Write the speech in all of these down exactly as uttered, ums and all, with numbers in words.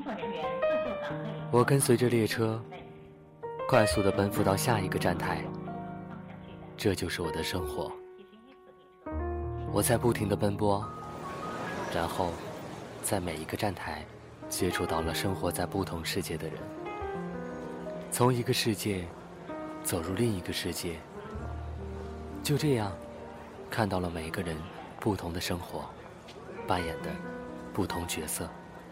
我跟随着列车快速地奔赴到下一个站台，这就是我的生活。我在不停地奔波，然后在每一个站台接触到了生活在不同世界的人，从一个世界走入另一个世界，就这样看到了每一个人不同的生活，扮演的不同角色。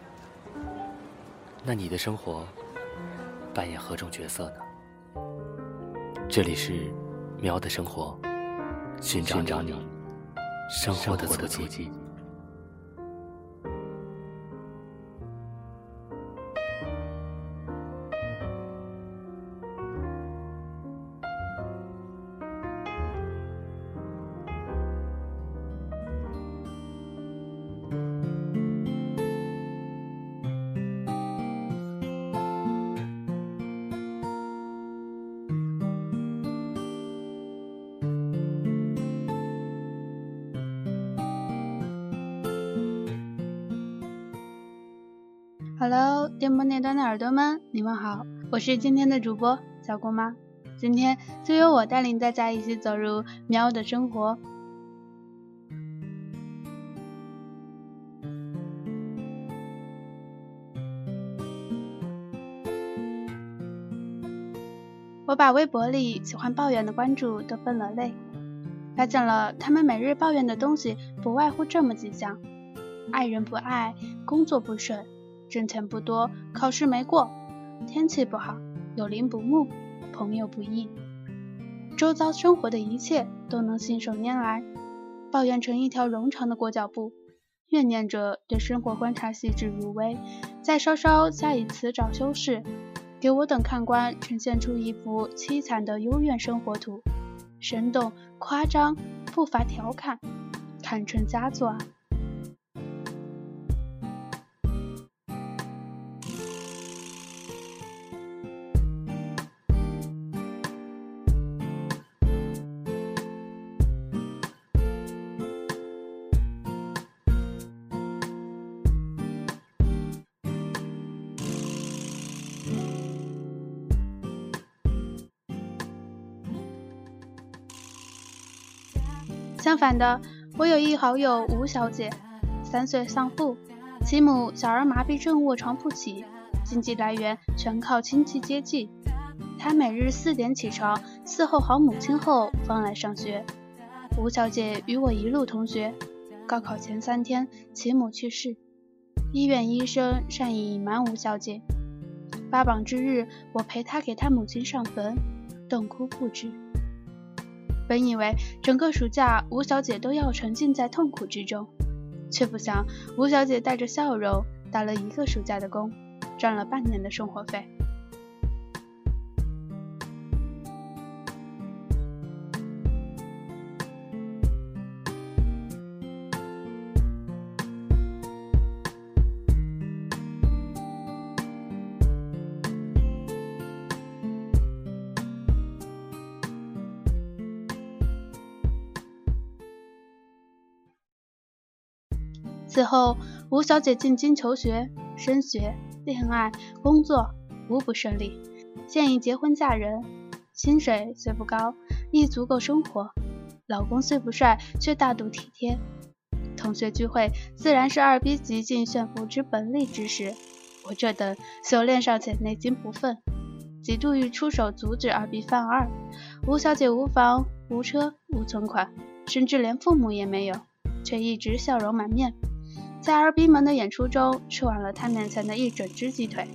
那你的生活扮演何种角色呢？这里是喵的生活，寻找你生活的足迹。 Hello， 电波那端的耳朵们，你们好，我是今天的主播小姑妈。今天就由我带领大家一起走入喵的生活。我把微博里喜欢抱怨的关注都分了类，发现了他们每日抱怨的东西不外乎这么几项：爱人不爱，工作不顺，挣钱不多，考试没过，天气不好，有灵不睦，朋友不易。周遭生活的一切都能信手拈来，抱怨成一条冗长的裹脚布，怨念着对生活观察细致入微，再稍稍加以辞藻修饰，给我等看官呈现出一幅凄惨的幽怨生活图，生动夸张，不乏调侃，堪称佳作啊。相反的，我有一好友吴小姐，三岁丧父，其母小儿麻痹症卧床不起，经济来源全靠亲戚接济。她每日四点起床，伺候好母亲后方来上学。吴小姐与我一路同学，高考前三天，其母去世，医院医生善意隐瞒吴小姐。发榜之日，我陪她给她母亲上坟，痛哭不止。本以为整个暑假吴小姐都要沉浸在痛苦之中，却不想吴小姐带着笑容打了一个暑假的工，赚了半年的生活费。此后，吴小姐进京求学、升学、恋爱、工作无不顺利，现已结婚嫁人，薪水虽不高，亦足够生活。老公虽不帅，却大度体贴。同学聚会自然是二逼极尽炫富之本领之时，我这等修炼尚且内心不忿，几度欲出手阻止二逼犯二。吴小姐无房无车无存款，甚至连父母也没有，却一直笑容满面。在二逼们的演出中吃完了他面前的一整只鸡腿。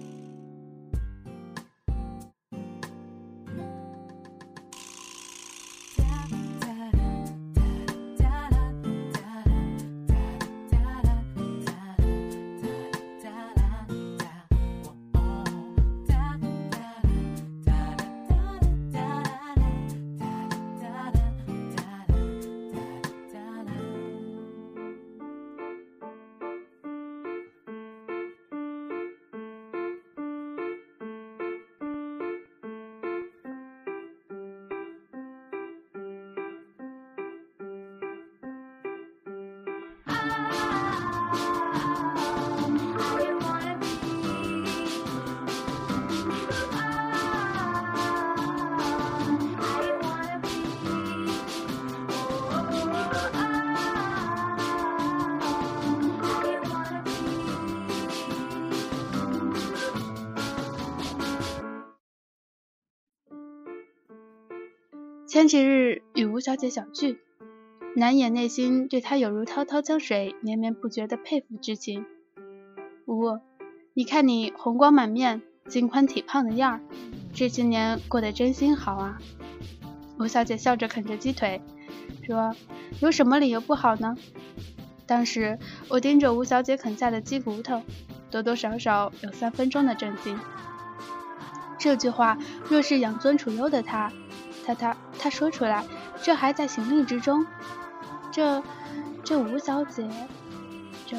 前几日与吴小姐小聚，难掩内心对她有如滔滔江水绵绵不绝的佩服之情。吴，你看你红光满面，筋宽体胖的样儿，这些年过得真心好啊。吴小姐笑着啃着鸡腿，说：有什么理由不好呢？当时我盯着吴小姐啃下的鸡骨头，多多少少有三分钟的震惊。这句话若是养尊处优的她，她她她说出来，这还在行令之中。这这吴小姐，这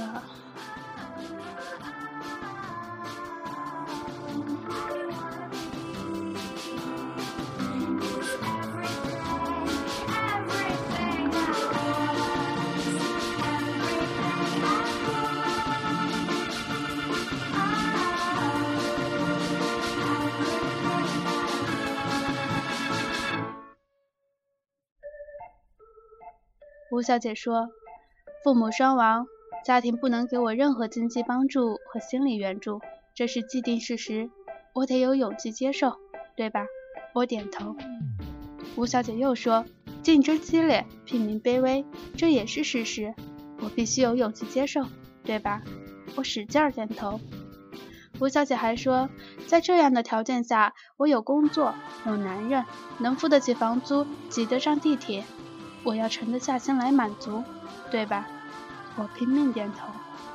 吴小姐说，父母双亡，家庭不能给我任何经济帮助和心理援助，这是既定事实，我得有勇气接受，对吧？我点头。吴小姐又说，竞争激烈，平民卑微，这也是事实，我必须有勇气接受，对吧？我使劲儿点头。吴小姐还说，在这样的条件下，我有工作，有男人，能付得起房租，挤得上地铁，我要沉得下心来满足，对吧？我拼命点头。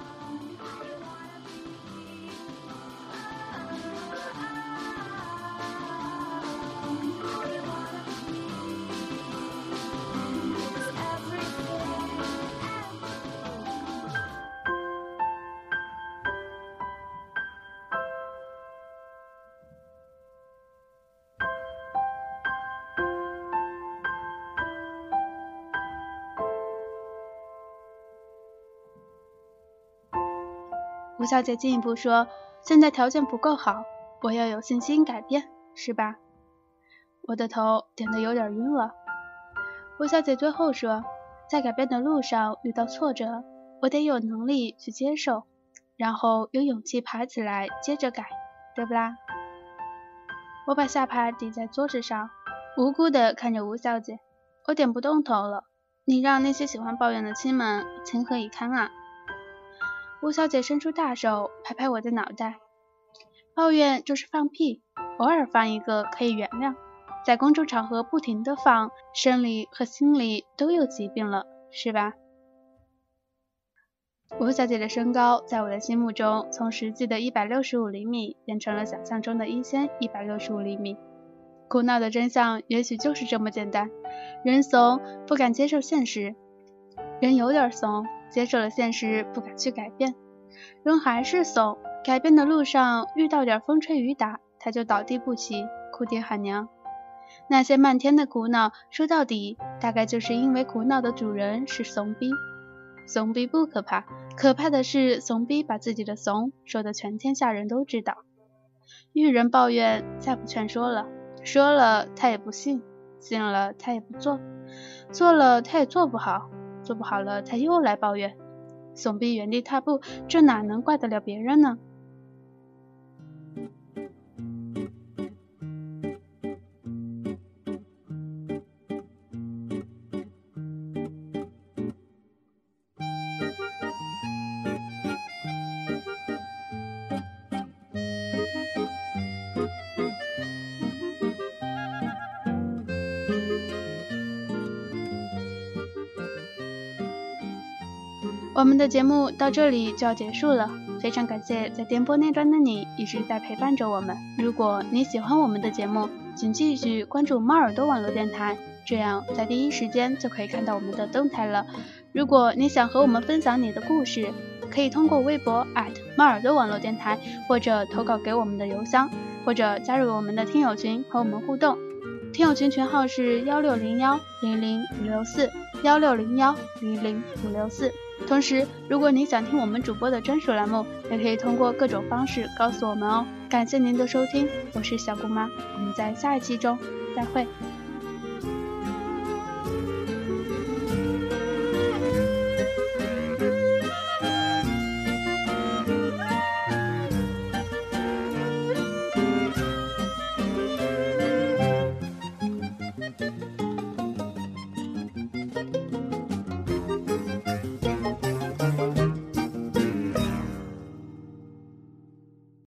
吴小姐进一步说，现在条件不够好，我要有信心改变，是吧？我的头点得有点晕了。吴小姐最后说，在改变的路上遇到挫折，我得有能力去接受，然后有勇气爬起来接着改，对不啦？我把下巴抵在桌子上，无辜地看着吴小姐，我点不动头了，你让那些喜欢抱怨的亲们情何以堪啊？吴小姐伸出大手拍拍我的脑袋，抱怨就是放屁，偶尔放一个可以原谅，在公众场合不停地放，生理和心理都有疾病了，是吧？吴小姐的身高在我的心目中从实际的一百六十五厘米变成了想象中的一千一百六十五厘米。苦恼的真相也许就是这么简单，人怂，不敢接受现实，人有点怂，接受了现实，不敢去改变，人还是怂，改变的路上遇到点风吹雨打，他就倒地不起，哭爹喊娘。那些漫天的苦恼，说到底，大概就是因为苦恼的主人是怂逼。怂逼不可怕，可怕的是怂逼把自己的怂说得全天下人都知道。遇人抱怨，再不劝说了，说了他也不信，信了他也不做，做了他也做不好，做不好了他又来抱怨，怂逼原地踏步，这哪能怪得了别人呢？我们的节目到这里就要结束了，非常感谢在电波那端的你一直在陪伴着我们。如果你喜欢我们的节目，请继续关注猫耳朵网络电台，这样在第一时间就可以看到我们的动态了。如果你想和我们分享你的故事，可以通过微博 at 猫耳朵网络电台，或者投稿给我们的邮箱，或者加入我们的听友群和我们互动。听友群群号是幺六零幺零零五六四幺六零幺零零五六四。同时，如果你想听我们主播的专属栏目，也可以通过各种方式告诉我们哦。感谢您的收听，我是小姑妈，我们在下一期中再会。